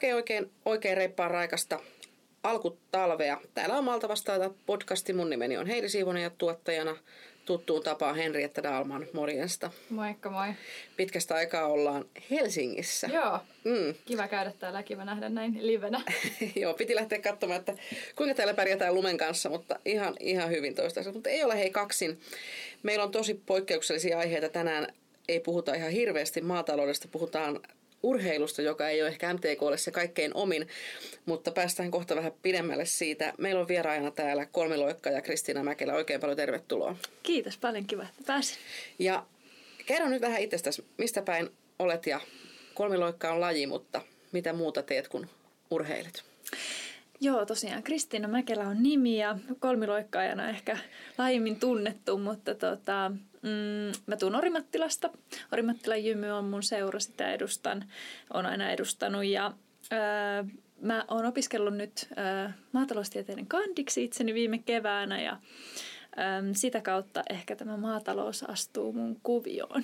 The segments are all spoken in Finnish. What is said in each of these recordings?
oikein reippaan raikasta alkutalvea. Täällä on Malta vastaata podcasti. Mun nimeni on Heidi Siivonen ja tuottajana tuttuun tapaan Henrietta Dahlman. Morjensta. Moikka moi. Pitkästä aikaa ollaan Helsingissä. Joo, kiva käydä täällä ja kiva nähdä näin livenä. Joo, piti lähteä katsomaan, että kuinka täällä pärjätään lumen kanssa, mutta ihan hyvin toistaiseksi. Mutta ei ole hei kaksin. Meillä on tosi poikkeuksellisia aiheita tänään. Ei puhuta ihan hirveästi maataloudesta, puhutaan urheilusta, joka ei ole ehkä MTK:lle se kaikkein omin, mutta päästään kohta vähän pidemmälle siitä. Meillä on vieraajana täällä kolmiloikka ja Kristiina Mäkelä. Oikein paljon tervetuloa. Kiitos paljon, kiva, että pääsin. Ja kerro nyt vähän itsestäsi, mistä päin olet ja kolmiloikka on laji, mutta mitä muuta teet kuin urheilet? Joo, tosiaan Kristiina Mäkelä on nimi ja kolmiloikkaajana ehkä laajemmin tunnettu, mutta mä tuun Orimattilasta. Orimattilan Jymy on mun seura, sitä olen aina edustanut ja mä oon opiskellut nyt maataloustieteiden kandiksi itseni viime keväänä ja sitä kautta ehkä tämä maatalous astuu mun kuvioon.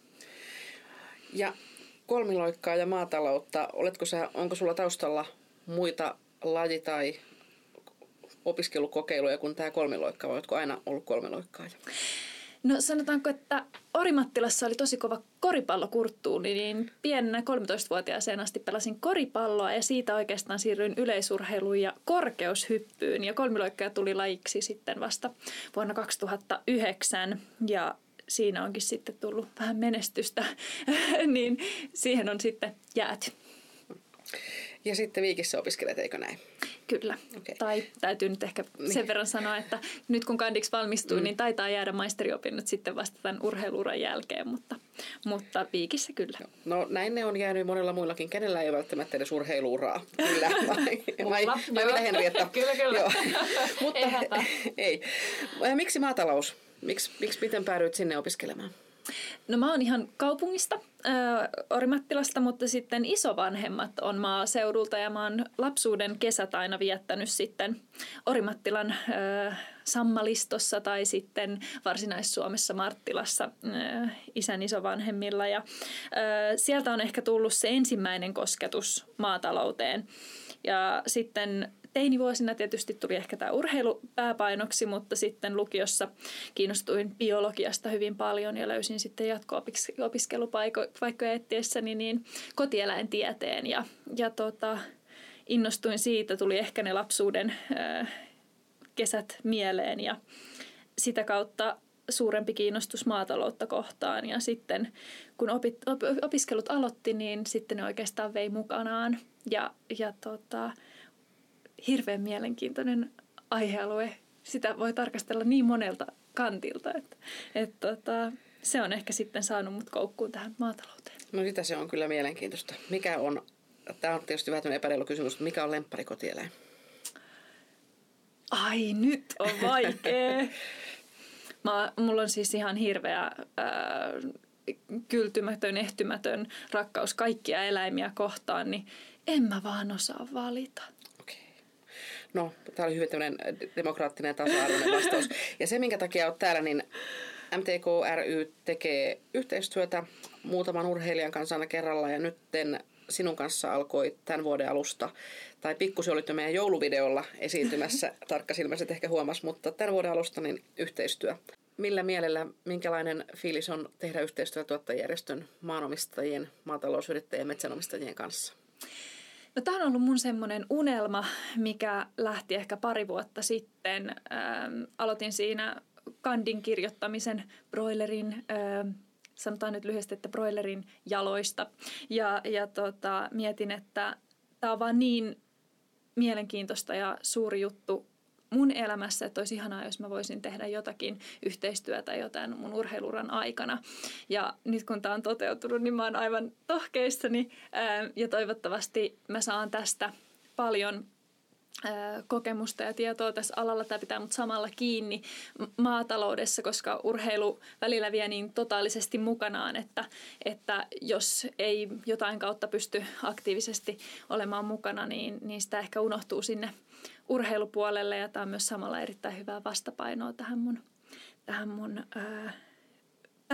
Ja kolmiloikkaa ja maataloutta, onko sulla taustalla muita laji- tai opiskelukokeiluja kuin tämä kolmiloikka, vai oletko aina ollut kolmiloikkaaja? No sanotaanko, että Orimattilassa oli tosi kova koripallokurttuuri, niin pienenä 13-vuotiaaseen asti pelasin koripalloa ja siitä oikeastaan siirryin yleisurheiluun ja korkeushyppyyn. Ja kolmiloikka tuli lajiksi sitten vasta vuonna 2009 ja siinä onkin sitten tullut vähän menestystä, niin siihen on sitten jääty. Ja sitten Viikissä opiskelet, eikö näin? Kyllä. Okay. Tai täytyy nyt ehkä sen verran sanoa, että nyt kun kandiksi valmistuin, niin taitaa jäädä maisteriopinnot sitten vasta tämän urheiluuran jälkeen, mutta Viikissä kyllä. No näin ne on jäänyt monella muillakin. Kenellä ei välttämättä edes urheiluuraa? Kyllä. Vai mitä Henrietta? Kyllä. Joo. Mutta ei. Miksi maatalous? Miten päädyit sinne opiskelemaan? No mä oon ihan kaupungista, Orimattilasta, mutta sitten isovanhemmat on maaseudulta ja mä oon lapsuuden kesät aina viettänyt sitten Orimattilan Sammalistossa tai sitten Varsinais-Suomessa Marttilassa isän isovanhemmilla. Ja sieltä on ehkä tullut se ensimmäinen kosketus maatalouteen ja sitten teinivuosina tietysti tuli ehkä tämä urheilu pääpainoksi, mutta sitten lukiossa kiinnostuin biologiasta hyvin paljon ja löysin sitten jatko-opiskelupaikkoja etsiessäni niin kotieläintieteen ja innostuin siitä, tuli ehkä ne lapsuuden kesät mieleen ja sitä kautta suurempi kiinnostus maataloutta kohtaan ja sitten kun opiskelut aloitti, niin sitten ne oikeastaan vei mukanaan ja hirveän mielenkiintoinen aihealue. Sitä voi tarkastella niin monelta kantilta, että se on ehkä sitten saanut mut koukkuun tähän maatalouteen. No sitä se on kyllä mielenkiintoista. Tämä on tietysti vähän epäreilu kysymys, mutta mikä on lempparikotieläin? Ai nyt on vaikea. Mulla on siis ihan hirveä kyltymätön, ehtymätön rakkaus kaikkia eläimiä kohtaan, niin en mä vaan osaa valita. No, tämä oli hyvin tämmöinen demokraattinen tasa-arvoinen vastaus. Ja se, minkä takia olet täällä, niin MTK ry tekee yhteistyötä muutaman urheilijan kanssa aina kerralla. Ja nyt sinun kanssa alkoi tämän vuoden alusta, tai pikkusen olit jo meidän jouluvideolla esiintymässä, tarkkasilmäiset ehkä huomas, mutta tämän vuoden alusta niin yhteistyö. Millä mielellä, minkälainen fiilis on tehdä yhteistyötä tuottajajärjestön maanomistajien, maatalousyrittäjien ja metsänomistajien kanssa? No, tämä on ollut mun semmoinen unelma, mikä lähti ehkä 2 vuotta sitten. Aloitin siinä kandin kirjoittamisen broilerin, sanotaan nyt lyhyesti, että broilerin jaloista. Ja mietin, että tämä on vaan niin mielenkiintoista ja suuri juttu mun elämässä, että olisi ihanaa, jos mä voisin tehdä jotakin yhteistyötä jotain mun urheiluran aikana. Ja nyt kun tämä on toteutunut, niin mä oon aivan tohkeissani ja toivottavasti mä saan tästä paljon kokemusta ja tietoa tässä alalla. Tämä pitää mut samalla kiinni maataloudessa, koska urheilu välillä vie niin totaalisesti mukanaan, että jos ei jotain kautta pysty aktiivisesti olemaan mukana, niin sitä ehkä unohtuu sinne urheilupuolelle. Ja tämä on myös samalla erittäin hyvää vastapainoa tähän mun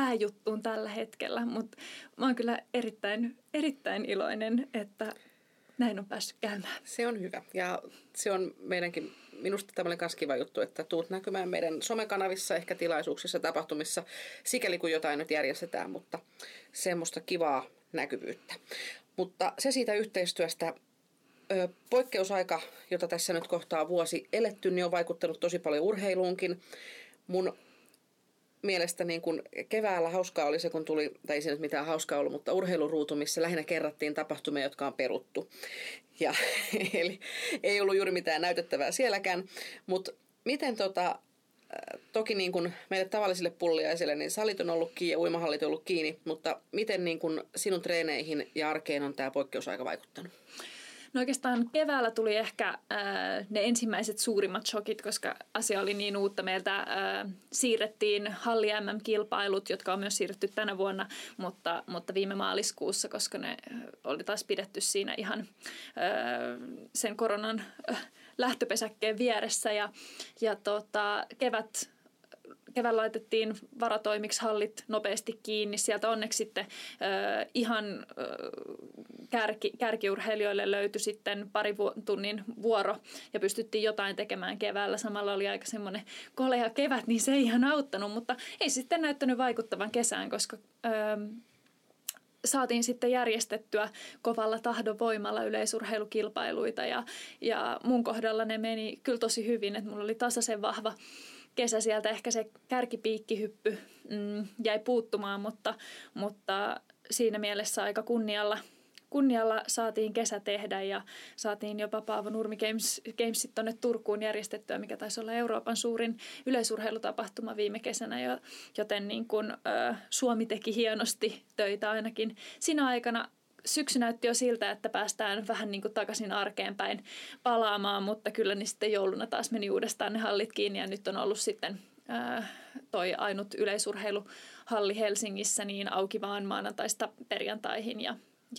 pääjuttuun tällä hetkellä. Mutta mä oon kyllä erittäin iloinen, että näin on päässyt käymään. Se on hyvä ja se on meidänkin, minusta tämmöinen kanssa kiva juttu, että tuut näkymään meidän somekanavissa, ehkä tilaisuuksissa, tapahtumissa, sikäli kun jotain nyt järjestetään, mutta semmoista kivaa näkyvyyttä. Mutta se siitä yhteistyöstä, poikkeusaika, jota tässä nyt kohtaa vuosi eletty, niin on vaikuttanut tosi paljon urheiluunkin. Mun mielestä niin kun keväällä hauskaa oli se, kun tuli, tai ei se nyt mitään hauskaa ollut, mutta urheiluruutu, missä lähinnä kerrattiin tapahtumia, jotka on peruttu. Ja, eli ei ollut juuri mitään näytettävää sielläkään, mutta miten toki niin kun meille tavallisille pulliaisille, niin salit on ollut kiinni ja uimahallit on ollut kiinni, mutta miten niin kun sinun treeneihin ja arkeen on tämä poikkeusaika vaikuttanut? No oikeastaan keväällä tuli ehkä ne ensimmäiset suurimmat shokit, koska asia oli niin uutta. Meiltä siirrettiin halli MM-kilpailut, jotka on myös siirretty tänä vuonna, mutta viime maaliskuussa, koska ne oli taas pidetty siinä ihan sen koronan lähtöpesäkkeen vieressä. Keväällä laitettiin varatoimiksi hallit nopeasti kiinni. Sieltä onneksi sitten ihan kärkiurheilijoille löytyi sitten tunnin vuoro ja pystyttiin jotain tekemään keväällä. Samalla oli aika semmoinen kolea kevät, niin se ei ihan auttanut, mutta ei sitten näyttänyt vaikuttavan kesään, koska saatiin sitten järjestettyä kovalla tahdonvoimalla yleisurheilukilpailuita ja mun kohdalla ne meni kyllä tosi hyvin, että mulla oli tasaisen vahva kesä sieltä, ehkä se kärkipiikkihyppy jäi puuttumaan, mutta siinä mielessä aika kunnialla saatiin kesä tehdä ja saatiin jopa Paavo Nurmi Gamesit tuonne Turkuun järjestettyä, mikä taisi olla Euroopan suurin yleisurheilutapahtuma viime kesänä, joten niin kun, Suomi teki hienosti töitä ainakin siinä aikana. Syksy näytti jo siltä, että päästään vähän niin kuin takaisin arkeen päin palaamaan, mutta kyllä niin sitten jouluna taas meni uudestaan ne hallit kiinni ja nyt on ollut sitten toi ainut yleisurheiluhalli Helsingissä niin auki vaan maanantaista perjantaihin ja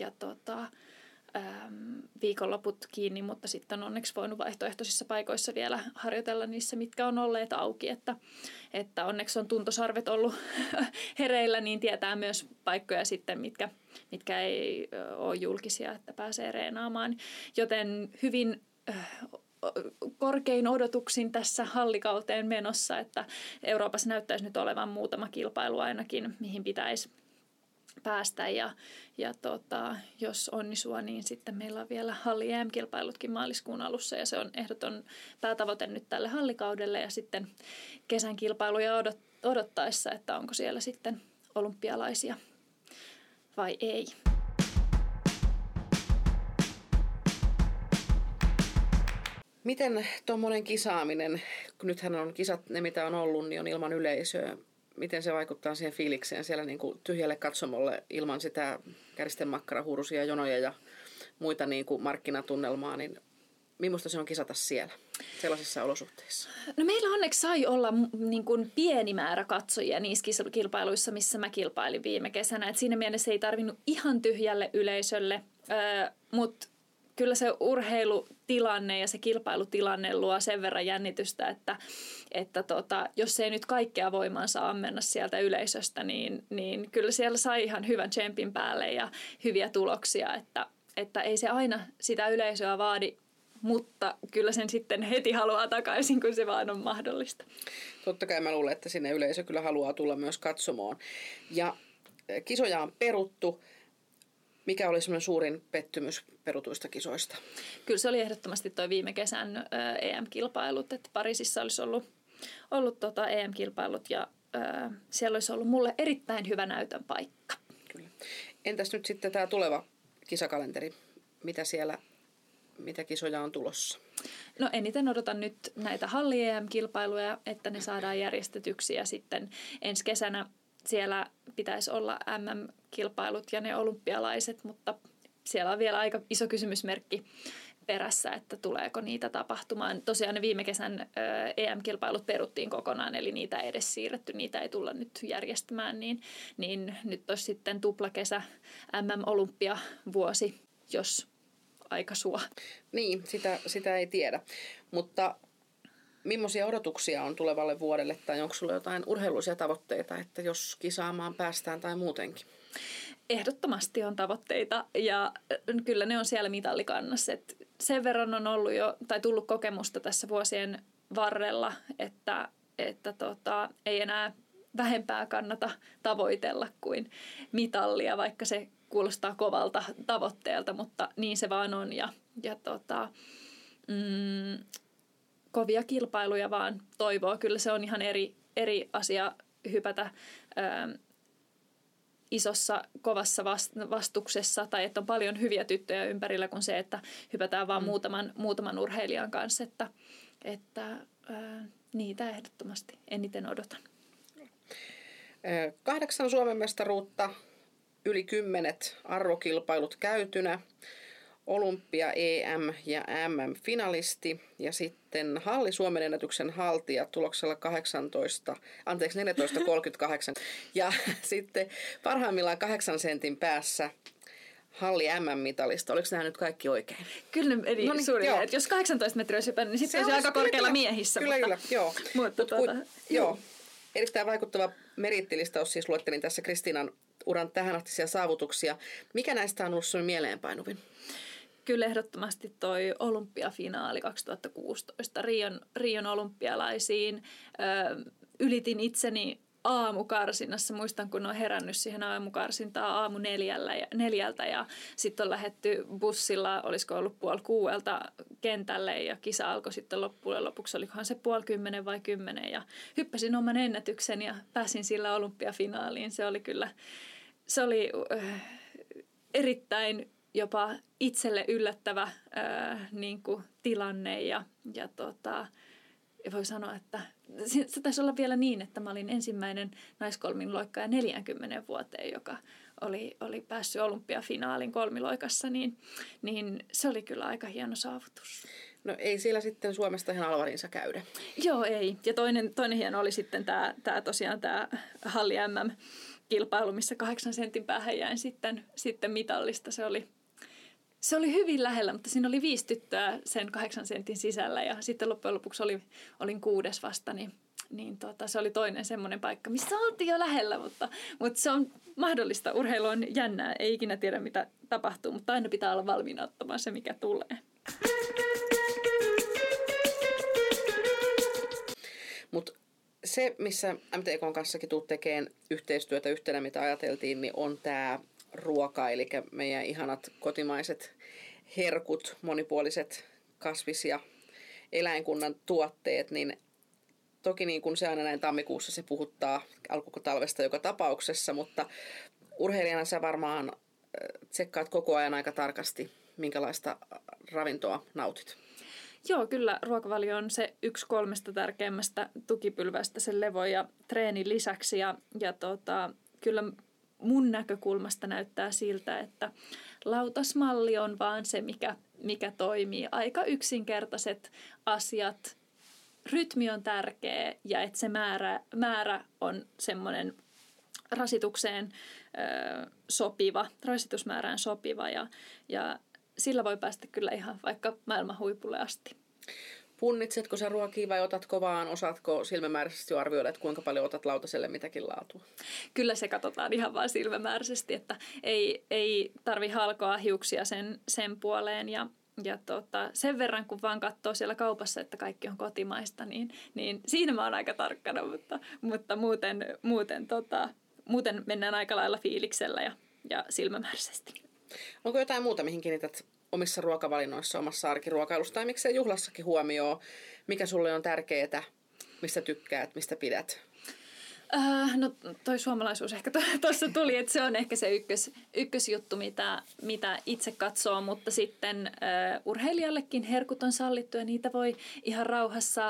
viikonloput kiinni, mutta sitten on onneksi voinut vaihtoehtoisissa paikoissa vielä harjoitella niissä, mitkä on olleet auki, että onneksi on tuntosarvet ollut hereillä, niin tietää myös paikkoja sitten, mitkä ei ole julkisia, että pääsee reenaamaan, joten hyvin korkein odotuksin tässä hallikauteen menossa, että Euroopassa näyttäisi nyt olevan muutama kilpailu ainakin, mihin pitäisi päästä ja jos onnisua, niin sitten meillä on vielä halli EM-kilpailutkin maaliskuun alussa ja se on ehdoton päätavoite nyt tälle hallikaudelle ja sitten kesän kilpailuja odottaessa, että onko siellä sitten olympialaisia vai ei. Miten tuommoinen kisaaminen, kun nythän on kisat, ne mitä on ollut, niin on ilman yleisöä. Miten se vaikuttaa siihen fiilikseen siellä niin kuin tyhjälle katsomolle ilman sitä käristemakkarahuurusia jonoja ja muita niin kuin markkinatunnelmaa, niin millaista se on kisata siellä sellaisissa olosuhteissa? No meillä onneksi sai olla niin kuin pieni määrä katsojia niissä kilpailuissa, missä mä kilpailin viime kesänä. Et siinä mielessä ei tarvinnut ihan tyhjälle yleisölle, mutta kyllä se urheilutilanne ja se kilpailutilanne luo sen verran jännitystä, että jos ei nyt kaikkea voimansa ammenna sieltä yleisöstä, niin kyllä siellä sai ihan hyvän tsempin päälle ja hyviä tuloksia, että ei se aina sitä yleisöä vaadi, mutta kyllä sen sitten heti haluaa takaisin, kun se vaan on mahdollista. Totta kai mä luulen, että sinne yleisö kyllä haluaa tulla myös katsomoon. Ja kisoja on peruttu. Mikä oli semmoinen suurin pettymys perutuista kisoista? Kyllä se oli ehdottomasti tuo viime kesän EM-kilpailut, että Pariisissa olisi ollut EM-kilpailut ja siellä olisi ollut mulle erittäin hyvä näytön paikka. Kyllä. Entäs nyt sitten tämä tuleva kisakalenteri? Mitä kisoja on tulossa? No eniten odotan nyt näitä halli-EM-kilpailuja, että ne saadaan järjestetyksi ja sitten ensi kesänä siellä pitäisi olla MM-kilpailut ja ne olympialaiset, mutta siellä on vielä aika iso kysymysmerkki perässä, että tuleeko niitä tapahtumaan. Tosiaan ne viime kesän EM-kilpailut peruttiin kokonaan, eli niitä ei edes siirretty, niitä ei tulla nyt järjestämään, niin nyt olisi sitten tuplakesä MM-olympiavuosi, jos aika suo. Niin, sitä ei tiedä, mutta millaisia odotuksia on tulevalle vuodelle tai onko sulla jotain urheilullisia tavoitteita, että jos kisaamaan päästään tai muutenkin? Ehdottomasti on tavoitteita ja kyllä ne on siellä mitallikannassa. Et sen verran on ollut jo tai tullut kokemusta tässä vuosien varrella, että ei enää vähempää kannata tavoitella kuin mitallia, vaikka se kuulostaa kovalta tavoitteelta, mutta niin se vaan on. Kovia kilpailuja vaan toivoo. Kyllä se on ihan eri asia hypätä isossa, kovassa vastuksessa tai että on paljon hyviä tyttöjä ympärillä kuin se, että hypätään vaan muutaman urheilijan kanssa, että niitä ehdottomasti eniten odotan. 8 Suomen mestaruutta, yli 10 arvokilpailut käytynä, olympia, EM ja MM-finalisti ja sitten halli Suomen ennätyksen haltija tuloksella 14.38 ja sitten parhaimmillaan 8 sentin päässä halli MM-mitalista. Oliko nämä nyt kaikki oikein? Kyllä ne meni suurin. Jos 18 metriä olisi hypännyt, niin sitten olisi aika korkealla miehissä. Kyllä, joo. Joo. Erittäin vaikuttava meriittilistaus, siis luettelin tässä Kristiinan uran tähänastisia saavutuksia. Mikä näistä on ollut sinun mieleenpainuvin? Kyllä ehdottomasti toi olympiafinaali 2016 Rion olympialaisiin. Ylitin itseni aamukarsinnassa. Muistan, kun olen herännyt siihen aamukarsintaan 4:00 ja sitten on lähdetty bussilla, olisiko ollut 9:30 kentälle ja kisa alkoi sitten loppujen lopuksi, olikohan se 9:30 vai 10 ja hyppäsin oman ennätyksen ja pääsin sillä olympiafinaaliin. Se oli erittäin jopa itselle yllättävä niin kuin tilanne ja voi sanoa, että se taisi olla vielä niin, että mä olin ensimmäinen naiskolmiloikkaja 40 vuoteen, joka oli päässyt olympiafinaalin kolmiloikassa, niin se oli kyllä aika hieno saavutus. No ei siellä sitten Suomesta ihan alvarinsa käydä. Joo, ei. Ja toinen hieno oli sitten tämä halli MM-kilpailu, missä 8 sentin päähän jäin sitten mitallista. Se oli hyvin lähellä, mutta siinä oli 5 tyttöä sen 8 sentin sisällä ja sitten loppujen lopuksi olin 6. vasta, niin se oli toinen semmoinen paikka, missä oltiin jo lähellä, mutta se on mahdollista. Urheilu on jännää, ei ikinä tiedä mitä tapahtuu, mutta aina pitää olla valmiina ottamaan se, mikä tulee. Mutta se, missä MTK:n kanssakin tuut tekemään yhteistyötä yhtenä, mitä ajateltiin, niin on tämä ruoka, eli meidän ihanat kotimaiset herkut, monipuoliset kasvis- ja eläinkunnan tuotteet, niin toki niin kuin se aina näin tammikuussa se puhuttaa alkutalvesta joka tapauksessa, mutta urheilijana sä varmaan tsekkaat koko ajan aika tarkasti, minkälaista ravintoa nautit. Joo, kyllä ruokavalio on se 1 3 tärkeimmästä tukipylvästä sen levo- ja treenin lisäksi ja kyllä mun näkökulmasta näyttää siltä, että lautasmalli on vaan se, mikä toimii. Aika yksinkertaiset asiat. Rytmi on tärkeä ja että se määrä on semmoinen rasitusmäärään sopiva ja sillä voi päästä kyllä ihan vaikka maailman huipulle asti. Punnitsetko sä ruokia vai otatko vaan, osaatko silmämääräisesti jo arvioida, että kuinka paljon otat lautaselle mitäkin laatua? Kyllä se katsotaan ihan vaan silmämääräisesti, että ei tarvi halkoa hiuksia sen puoleen ja sen verran, kun vaan katsoo siellä kaupassa, että kaikki on kotimaista, niin siinä mä oon aika tarkkana, mutta muuten mennään aika lailla fiiliksellä ja silmämääräisesti. Onko jotain muuta, mihin kiinnität omissa ruokavalinnoissa, omassa arkiruokailussa tai miksei juhlassakin huomioon, mikä sulle on tärkeää, mistä tykkäät, mistä pidät? No toi suomalaisuus ehkä tuossa tuli, että se on ehkä se ykkösjuttu, mitä itse katsoo, mutta sitten urheilijallekin herkut on sallittu ja niitä voi ihan rauhassa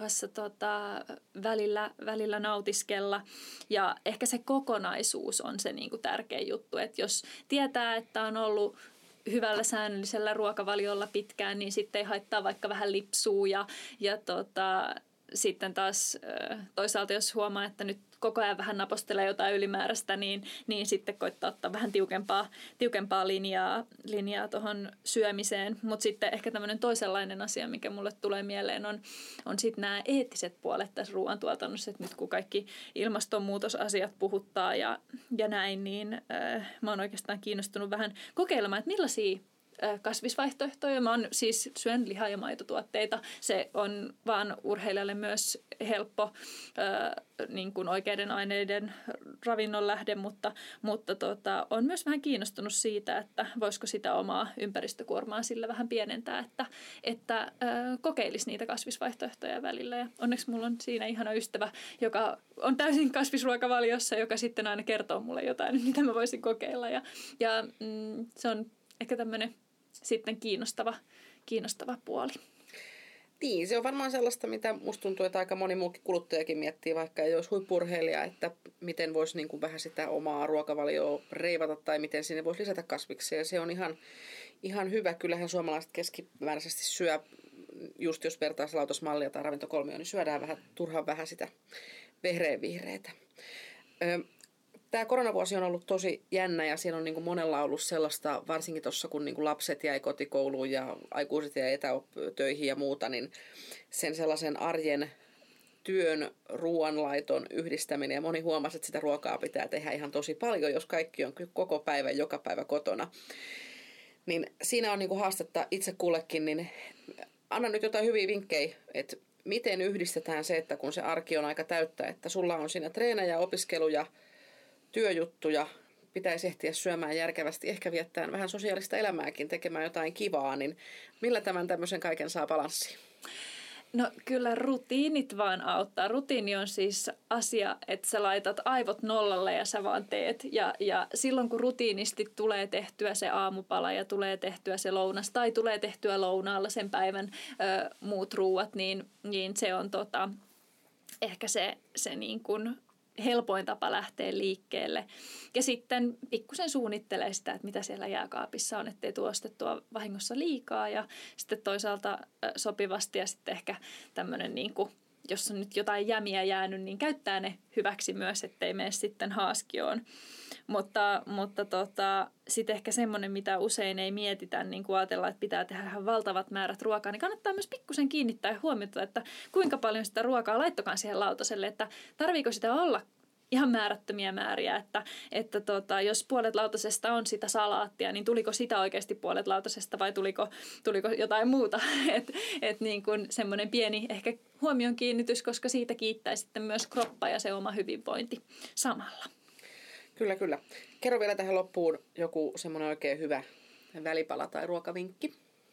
välillä nautiskella ja ehkä se kokonaisuus on se niinku tärkein juttu, että jos tietää, että on ollut hyvällä säännöllisellä ruokavaliolla pitkään, niin sitten ei haittaa vaikka vähän lipsua ja sitten taas toisaalta, jos huomaa, että nyt koko ajan vähän napostelee jotain ylimääräistä, niin sitten koittaa ottaa vähän tiukempaa linjaa tuohon syömiseen. Mutta sitten ehkä tämmöinen toisenlainen asia, mikä mulle tulee mieleen, on sitten nämä eettiset puolet tässä ruoantuotannossa. Että nyt kun kaikki ilmastonmuutosasiat puhuttaa ja näin, niin mä oon oikeastaan kiinnostunut vähän kokeilemaan, että millaisia kasvisvaihtoehtoja. Mä syön liha- ja maitotuotteita. Se on vaan urheilijalle myös helppo niin kuin oikeiden aineiden ravinnon lähde, mutta on myös vähän kiinnostunut siitä, että voisiko sitä omaa ympäristökuormaa sillä vähän pienentää, että kokeilisi niitä kasvisvaihtoehtoja välillä. Ja onneksi mulla on siinä ihana ystävä, joka on täysin kasvisruokavaliossa, joka sitten aina kertoo mulle jotain, mitä mä voisin kokeilla. Ja se on ehkä tämmöinen sitten kiinnostava puoli. Niin, se on varmaan sellaista, mitä musta tuntuu, että aika moni muukin kuluttajakin miettii, vaikka ei olisi huippu-urheilija, että miten voisi niin kuin vähän sitä omaa ruokavalioa reivata tai miten sinne voisi lisätä kasviksia. Ja se on ihan hyvä. Kyllähän suomalaiset keskimääräisesti syö, just jos vertaislautasmallia tai ravintokolmioon, niin syödään turhan vähän sitä vihreätä. Tämä koronavuosi on ollut tosi jännä ja siellä on niin kuin monella ollut sellaista, varsinkin tuossa kun niin kuin lapset jäi kotikouluun ja aikuiset jäi etätöihin ja muuta, niin sen sellaisen arjen työn, ruoanlaiton yhdistäminen ja moni huomasi, että sitä ruokaa pitää tehdä ihan tosi paljon, jos kaikki on koko päivä, joka päivä kotona. Niin siinä on niin kuin haastetta itse kullekin, niin anna nyt jotain hyviä vinkkejä, että miten yhdistetään se, että kun se arki on aika täyttä, että sulla on siinä treenejä, opiskeluja, työjuttuja, pitäisi ehtiä syömään järkevästi, ehkä viettää vähän sosiaalista elämääkin, tekemään jotain kivaa, niin millä tämän tämmöisen kaiken saa balanssiin? No kyllä rutiinit vaan auttaa. Rutiini on siis asia, että sä laitat aivot nollalle ja sä vaan teet. Ja silloin kun rutiinisti tulee tehtyä se aamupala ja tulee tehtyä se lounas tai tulee tehtyä lounaalla sen päivän muut ruuat, niin se on ehkä se niin kuin helpoin tapa lähteä liikkeelle. Ja sitten pikkusen suunnittelee sitä, että mitä siellä jääkaapissa on, ettei tule ostettua vahingossa liikaa ja sitten toisaalta sopivasti ja sitten ehkä tämmöinen, niin kuin, jos on nyt jotain jämiä jäänyt, niin käyttää ne hyväksi myös, ettei mene sitten haaskioon. Mutta sitten ehkä semmoinen, mitä usein ei mietitä, niin kun ajatellaan, että pitää tehdä ihan valtavat määrät ruokaa, niin kannattaa myös pikkusen kiinnittää huomiota, että kuinka paljon sitä ruokaa laittokaan siihen lautaselle, että tarviiko sitä olla ihan määrättömiä määriä, että jos puolet lautasesta on sitä salaattia, niin tuliko sitä oikeasti puolet lautasesta vai tuliko jotain muuta, että niin kuin semmoinen pieni ehkä huomion kiinnitys, koska siitä kiittää sitten myös kroppa ja se oma hyvinvointi samalla. Kyllä. Kerro vielä tähän loppuun joku semmoinen oikein hyvä välipala tai ruokavinkki.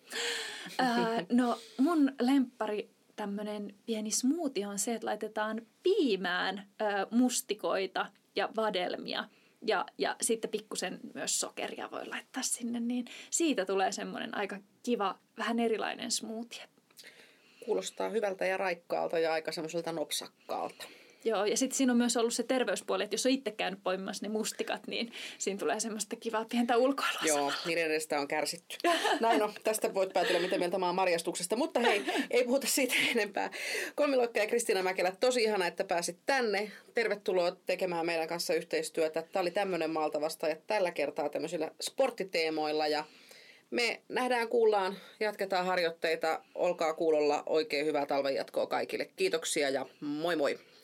No mun lemppari tämmöinen pieni smoothie on se, että laitetaan piimään mustikoita ja vadelmia ja sitten pikkusen myös sokeria voi laittaa sinne, niin siitä tulee semmoinen aika kiva, vähän erilainen smoothie. Kuulostaa hyvältä ja raikkaalta ja aika semmoiselta nopsakkaalta. Joo, ja sitten siinä on myös ollut se terveyspuoli, että jos on itse käynyt poimimassa ne mustikat, niin siinä tulee semmoista kivaa pientä ulkoilua. Joo, niiden edestä on kärsitty. Näin on, tästä voit päätellä, mitä mieltä mä oon marjastuksesta. Mutta hei, ei puhuta siitä enempää. Kolmiloikka ja Kristiina Mäkelä, tosi ihana, että pääsit tänne. Tervetuloa tekemään meidän kanssa yhteistyötä. Tämä oli tämmöinen Maalta vastaaja tällä kertaa tämmöisillä sporttiteemoilla. Ja me nähdään, kuullaan, jatketaan harjoitteita. Olkaa kuulolla, oikein hyvää talven jatkoa kaikille. Kiitoksia ja moi moi!